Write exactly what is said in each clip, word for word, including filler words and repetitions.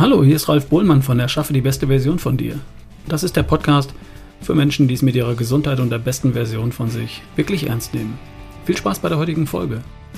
Hallo, hier ist Ralf Bohlmann von Erschaffe die beste Version von dir. Das ist der Podcast für Menschen, die es mit ihrer Gesundheit und der besten Version von sich wirklich ernst nehmen. Viel Spaß bei der heutigen Folge.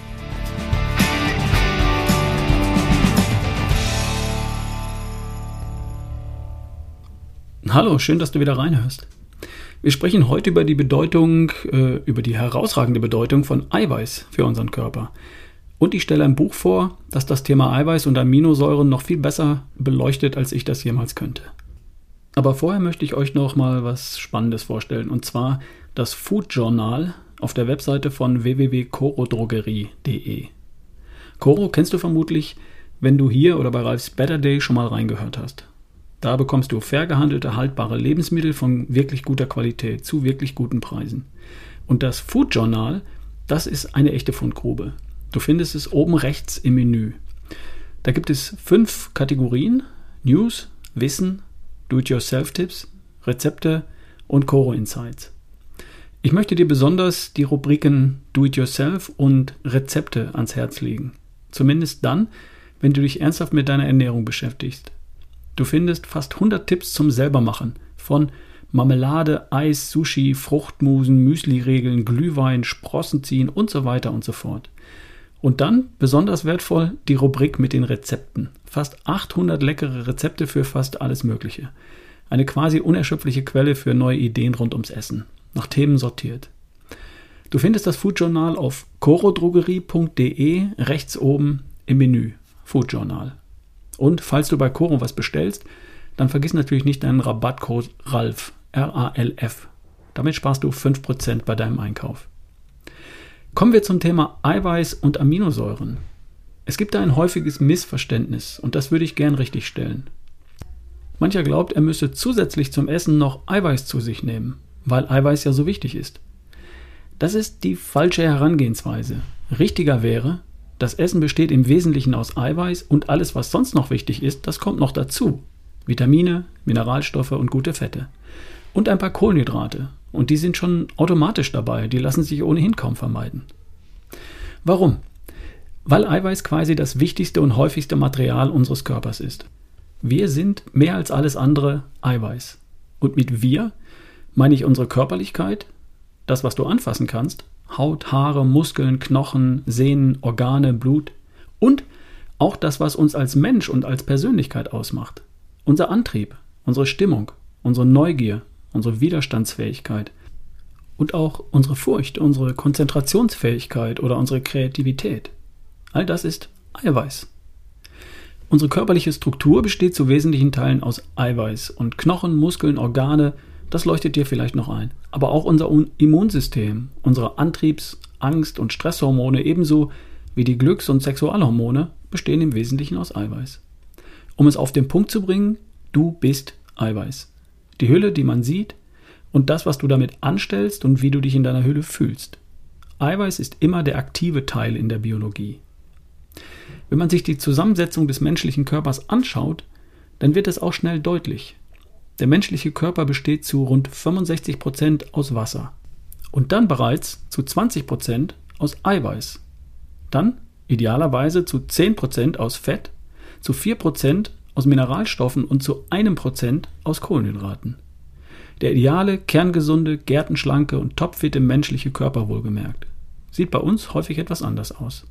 Hallo, schön, dass du wieder reinhörst. Wir sprechen heute über die Bedeutung, äh, über die herausragende Bedeutung von Eiweiß für unseren Körper. Und ich stelle ein Buch vor, das das Thema Eiweiß und Aminosäuren noch viel besser beleuchtet, als ich das jemals könnte. Aber vorher möchte ich euch noch mal was Spannendes vorstellen, und zwar das Food Journal auf der Webseite von w w w punkt coro drogerie punkt de. Coro kennst du vermutlich, wenn du hier oder bei Ralf's Better Day schon mal reingehört hast. Da bekommst du fair gehandelte, haltbare Lebensmittel von wirklich guter Qualität zu wirklich guten Preisen. Und das Food Journal, das ist eine echte Fundgrube. Du findest es oben rechts im Menü. Da gibt es fünf Kategorien: News, Wissen, Do-it-yourself-Tipps, Rezepte und Coro Insights. Ich möchte dir besonders die Rubriken Do-it-yourself und Rezepte ans Herz legen. Zumindest dann, wenn du dich ernsthaft mit deiner Ernährung beschäftigst. Du findest fast hundert Tipps zum Selbermachen, von Marmelade, Eis, Sushi, Fruchtmusen, Müsli-Regeln, Glühwein, Sprossen ziehen und so weiter und so fort. Und dann, besonders wertvoll, die Rubrik mit den Rezepten. Fast achthundert leckere Rezepte für fast alles Mögliche. Eine quasi unerschöpfliche Quelle für neue Ideen rund ums Essen. Nach Themen sortiert. Du findest das Food Journal auf coro drogerie punkt de, rechts oben im Menü. Food Journal. Und falls du bei Coro was bestellst, dann vergiss natürlich nicht deinen Rabattcode RALF, R A L F. Damit sparst du fünf Prozent bei deinem Einkauf. Kommen wir zum Thema Eiweiß und Aminosäuren. Es gibt da ein häufiges Missverständnis und das würde ich gern richtigstellen. Mancher glaubt, er müsse zusätzlich zum Essen noch Eiweiß zu sich nehmen, weil Eiweiß ja so wichtig ist. Das ist die falsche Herangehensweise. Richtiger wäre, das Essen besteht im Wesentlichen aus Eiweiß und alles, was sonst noch wichtig ist, das kommt noch dazu. Vitamine, Mineralstoffe und gute Fette. Und ein paar Kohlenhydrate. Und die sind schon automatisch dabei, die lassen sich ohnehin kaum vermeiden. Warum? Weil Eiweiß quasi das wichtigste und häufigste Material unseres Körpers ist. Wir sind mehr als alles andere Eiweiß. Und mit wir meine ich unsere Körperlichkeit, das, was du anfassen kannst, Haut, Haare, Muskeln, Knochen, Sehnen, Organe, Blut und auch das, was uns als Mensch und als Persönlichkeit ausmacht. Unser Antrieb, unsere Stimmung, unsere Neugier, unsere Widerstandsfähigkeit und auch unsere Furcht, unsere Konzentrationsfähigkeit oder unsere Kreativität. All das ist Eiweiß. Unsere körperliche Struktur besteht zu wesentlichen Teilen aus Eiweiß und Knochen, Muskeln, Organe, das leuchtet dir vielleicht noch ein. Aber auch unser Immunsystem, unsere Antriebs-, Angst- und Stresshormone ebenso wie die Glücks- und Sexualhormone bestehen im Wesentlichen aus Eiweiß. Um es auf den Punkt zu bringen, du bist Eiweiß. Die Hülle, die man sieht und das, was du damit anstellst und wie du dich in deiner Hülle fühlst. Eiweiß ist immer der aktive Teil in der Biologie. Wenn man sich die Zusammensetzung des menschlichen Körpers anschaut, dann wird es auch schnell deutlich. Der menschliche Körper besteht zu rund fünfundsechzig Prozent aus Wasser und dann bereits zu zwanzig Prozent aus Eiweiß. Dann idealerweise zu zehn Prozent aus Fett, zu vier Prozent aus Mineralstoffen und zu einem Prozent aus Kohlenhydraten. Der ideale, kerngesunde, gärtenschlanke und topfitte menschliche Körper wohlgemerkt. Sieht bei uns häufig etwas anders aus.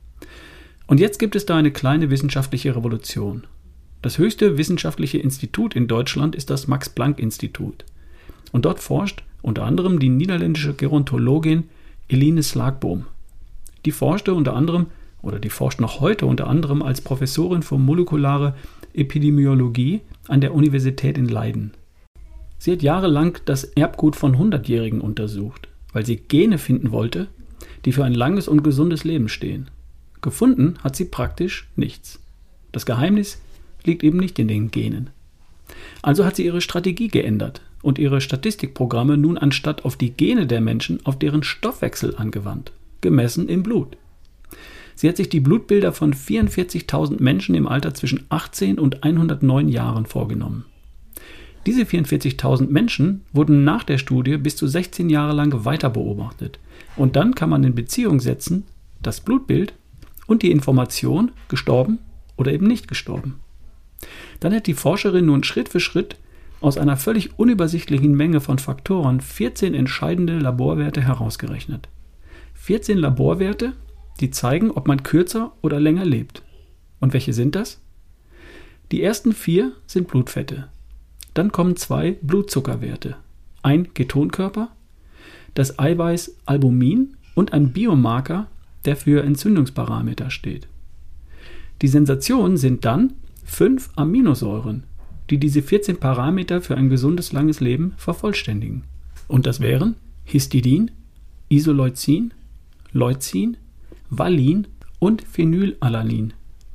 Und jetzt gibt es da eine kleine wissenschaftliche Revolution. Das höchste wissenschaftliche Institut in Deutschland ist das Max-Planck-Institut. Und dort forscht unter anderem die niederländische Gerontologin Eline Slagboom. Die forschte unter anderem, oder die forscht noch heute unter anderem als Professorin für molekulare Epidemiologie an der Universität in Leiden. Sie hat jahrelang das Erbgut von hundertjährigen untersucht, weil sie Gene finden wollte, die für ein langes und gesundes Leben stehen. Gefunden hat sie praktisch nichts. Das Geheimnis liegt eben nicht in den Genen. Also hat sie ihre Strategie geändert und ihre Statistikprogramme nun anstatt auf die Gene der Menschen auf deren Stoffwechsel angewandt, gemessen im Blut. Sie hat sich die Blutbilder von vierundvierzigtausend Menschen im Alter zwischen achtzehn und hundertneun Jahren vorgenommen. Diese vierundvierzigtausend Menschen wurden nach der Studie bis zu sechzehn Jahre lang weiter beobachtet. Und dann kann man in Beziehung setzen, das Blutbild und die Information, gestorben oder eben nicht gestorben. Dann hat die Forscherin nun Schritt für Schritt aus einer völlig unübersichtlichen Menge von Faktoren vierzehn entscheidende Laborwerte herausgerechnet. vierzehn Laborwerte, die zeigen, ob man kürzer oder länger lebt. Und welche sind das? Die ersten vier sind Blutfette. Dann kommen zwei Blutzuckerwerte, ein Ketonkörper, das Eiweiß Albumin und ein Biomarker, der für Entzündungsparameter steht. Die Sensation sind dann fünf Aminosäuren, die diese vierzehn Parameter für ein gesundes, langes Leben vervollständigen. Und das wären Histidin, Isoleucin, Leucin, Valin und Phenylalanin.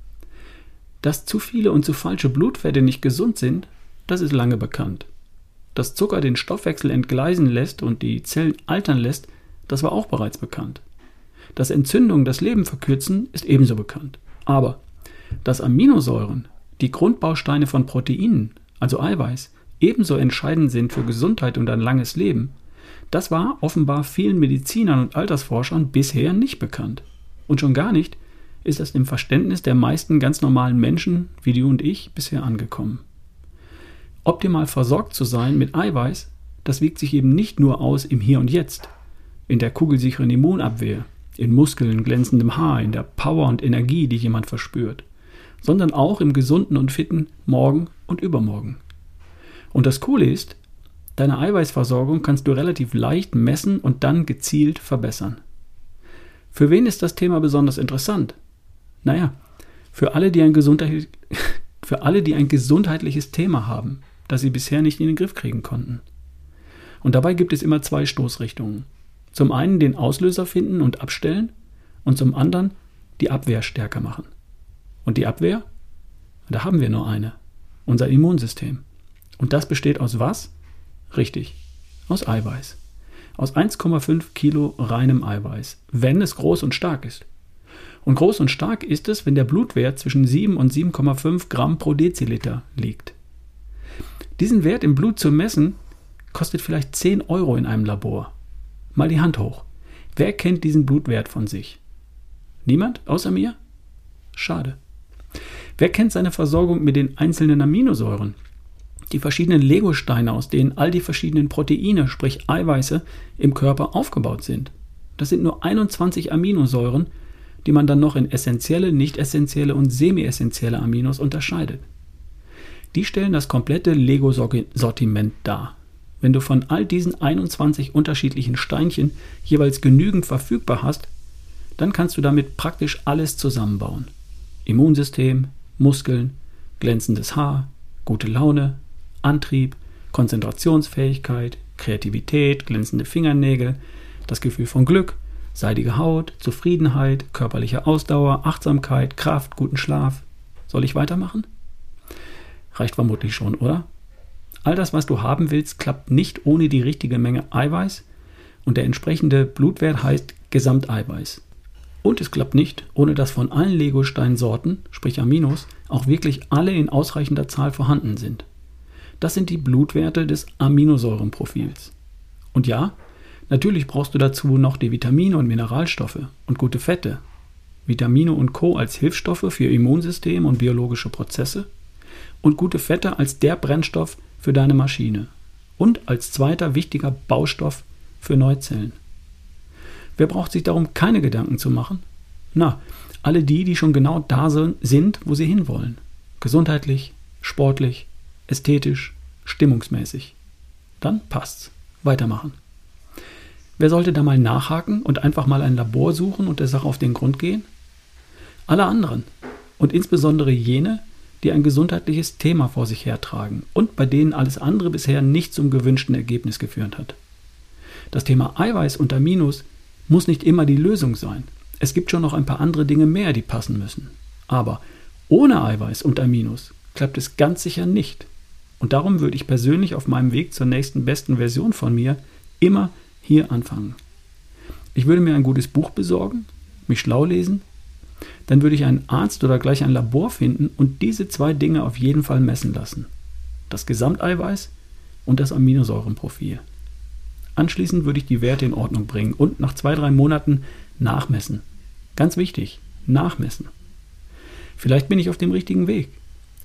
Dass zu viele und zu falsche Blutfette nicht gesund sind, das ist lange bekannt. Dass Zucker den Stoffwechsel entgleisen lässt und die Zellen altern lässt, das war auch bereits bekannt. Dass Entzündungen das Leben verkürzen, ist ebenso bekannt. Aber dass Aminosäuren, die Grundbausteine von Proteinen, also Eiweiß, ebenso entscheidend sind für Gesundheit und ein langes Leben, das war offenbar vielen Medizinern und Altersforschern bisher nicht bekannt. Und schon gar nicht ist das im Verständnis der meisten ganz normalen Menschen, wie du und ich, bisher angekommen. Optimal versorgt zu sein mit Eiweiß, das wirkt sich eben nicht nur aus im Hier und Jetzt, in der kugelsicheren Immunabwehr, in Muskeln, glänzendem Haar, in der Power und Energie, die jemand verspürt, sondern auch im gesunden und fitten Morgen und Übermorgen. Und das Coole ist, deine Eiweißversorgung kannst du relativ leicht messen und dann gezielt verbessern. Für wen ist das Thema besonders interessant? Naja, für alle, die ein, gesundheitlich, für alle, die ein gesundheitliches Thema haben, das sie bisher nicht in den Griff kriegen konnten. Und dabei gibt es immer zwei Stoßrichtungen. Zum einen den Auslöser finden und abstellen und zum anderen die Abwehr stärker machen. Und die Abwehr? Da haben wir nur eine. Unser Immunsystem. Und das besteht aus was? Richtig, aus Eiweiß. Aus eins Komma fünf Kilo reinem Eiweiß, wenn es groß und stark ist. Und groß und stark ist es, wenn der Blutwert zwischen sieben und sieben Komma fünf Gramm pro Deziliter liegt. Diesen Wert im Blut zu messen, kostet vielleicht zehn Euro in einem Labor. Mal die Hand hoch. Wer kennt diesen Blutwert von sich? Niemand außer mir? Schade. Wer kennt seine Versorgung mit den einzelnen Aminosäuren? Die verschiedenen Legosteine, aus denen all die verschiedenen Proteine, sprich Eiweiße, im Körper aufgebaut sind. Das sind nur einundzwanzig Aminosäuren, die man dann noch in essentielle, nicht essentielle und semi-essentielle Aminos unterscheidet. Die stellen das komplette Lego-Sortiment dar. Wenn du von all diesen einundzwanzig unterschiedlichen Steinchen jeweils genügend verfügbar hast, dann kannst du damit praktisch alles zusammenbauen. Immunsystem, Muskeln, glänzendes Haar, gute Laune, Antrieb, Konzentrationsfähigkeit, Kreativität, glänzende Fingernägel, das Gefühl von Glück, seidige Haut, Zufriedenheit, körperliche Ausdauer, Achtsamkeit, Kraft, guten Schlaf. Soll ich weitermachen? Reicht vermutlich schon, oder? All das, was du haben willst, klappt nicht ohne die richtige Menge Eiweiß und der entsprechende Blutwert heißt Gesamteiweiß. Und es klappt nicht, ohne dass von allen Legosteinsorten, sprich Aminos, auch wirklich alle in ausreichender Zahl vorhanden sind. Das sind die Blutwerte des Aminosäurenprofils. Und ja, natürlich brauchst du dazu noch die Vitamine und Mineralstoffe und gute Fette, Vitamine und Co. als Hilfsstoffe für Immunsystem und biologische Prozesse und gute Fette als der Brennstoff für deine Maschine und als zweiter wichtiger Baustoff für Neuzellen. Wer braucht sich darum keine Gedanken zu machen? Na, alle die, die schon genau da sind, wo sie hinwollen. Gesundheitlich, sportlich, ästhetisch, stimmungsmäßig. Dann passt's. Weitermachen. Wer sollte da mal nachhaken und einfach mal ein Labor suchen und der Sache auf den Grund gehen? Alle anderen. Und insbesondere jene, die ein gesundheitliches Thema vor sich hertragen und bei denen alles andere bisher nicht zum gewünschten Ergebnis geführt hat. Das Thema Eiweiß und Aminos muss nicht immer die Lösung sein. Es gibt schon noch ein paar andere Dinge mehr, die passen müssen. Aber ohne Eiweiß und Aminos klappt es ganz sicher nicht. Und darum würde ich persönlich auf meinem Weg zur nächsten besten Version von mir immer hier anfangen. Ich würde mir ein gutes Buch besorgen, mich schlau lesen, dann würde ich einen Arzt oder gleich ein Labor finden und diese zwei Dinge auf jeden Fall messen lassen. Das Gesamteiweiß und das Aminosäurenprofil. Anschließend würde ich die Werte in Ordnung bringen und nach zwei, drei Monaten nachmessen. Ganz wichtig, nachmessen. Vielleicht bin ich auf dem richtigen Weg.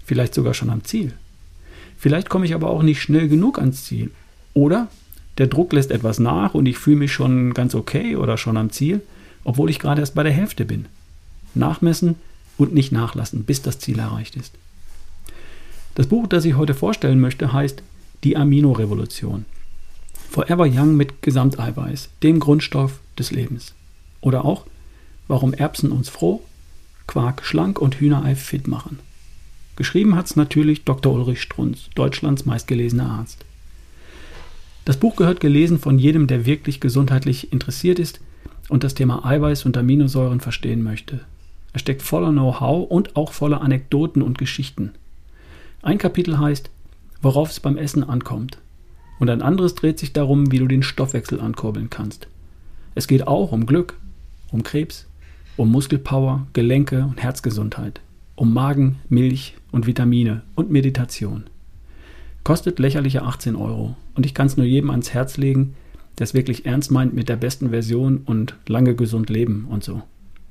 Vielleicht sogar schon am Ziel. Vielleicht komme ich aber auch nicht schnell genug ans Ziel. Oder der Druck lässt etwas nach und ich fühle mich schon ganz okay oder schon am Ziel, obwohl ich gerade erst bei der Hälfte bin. Nachmessen und nicht nachlassen, bis das Ziel erreicht ist. Das Buch, das ich heute vorstellen möchte, heißt Die Aminorevolution. Forever Young mit Gesamteiweiß, dem Grundstoff des Lebens. Oder auch, warum Erbsen uns froh, Quark schlank und Hühnerei fit machen. Geschrieben hat es natürlich Doktor Ulrich Strunz, Deutschlands meistgelesener Arzt. Das Buch gehört gelesen von jedem, der wirklich gesundheitlich interessiert ist und das Thema Eiweiß und Aminosäuren verstehen möchte. Es steckt voller Know-how und auch voller Anekdoten und Geschichten. Ein Kapitel heißt, worauf es beim Essen ankommt. Und ein anderes dreht sich darum, wie du den Stoffwechsel ankurbeln kannst. Es geht auch um Glück, um Krebs, um Muskelpower, Gelenke und Herzgesundheit, um Magen, Milch und Vitamine und Meditation. Kostet lächerliche achtzehn Euro und ich kann es nur jedem ans Herz legen, der es wirklich ernst meint mit der besten Version und lange gesund leben und so.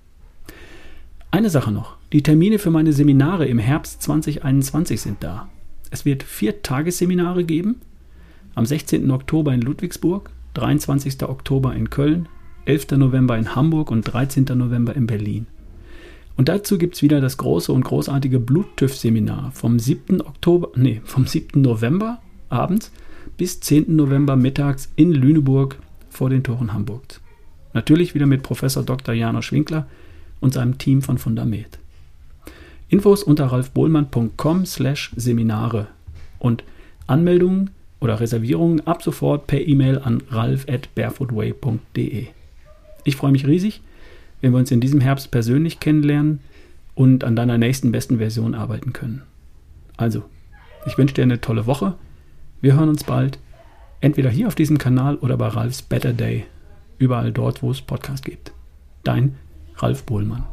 Eine Sache noch, die Termine für meine Seminare im Herbst zwanzig einundzwanzig sind da. Es wird vier Tagesseminare geben, am sechzehnten Oktober in Ludwigsburg, dreiundzwanzigsten Oktober in Köln, elften November in Hamburg und dreizehnten November in Berlin. Und dazu gibt es wieder das große und großartige Blut-TÜV-Seminar vom siebten Oktober, nee, vom siebten November abends bis zehnten November mittags in Lüneburg vor den Toren Hamburgs. Natürlich wieder mit Professor Doktor Janosch Winkler und seinem Team von Fundament. Infos unter ralfbohlmann punkt com slash Seminare und Anmeldungen oder Reservierungen ab sofort per E-Mail an ralf at barefootway punkt de. Ich freue mich riesig, wenn wir uns in diesem Herbst persönlich kennenlernen und an deiner nächsten besten Version arbeiten können. Also, ich wünsche dir eine tolle Woche. Wir hören uns bald, entweder hier auf diesem Kanal oder bei Ralfs Better Day, überall dort, wo es Podcast gibt. Dein Ralf Bohlmann.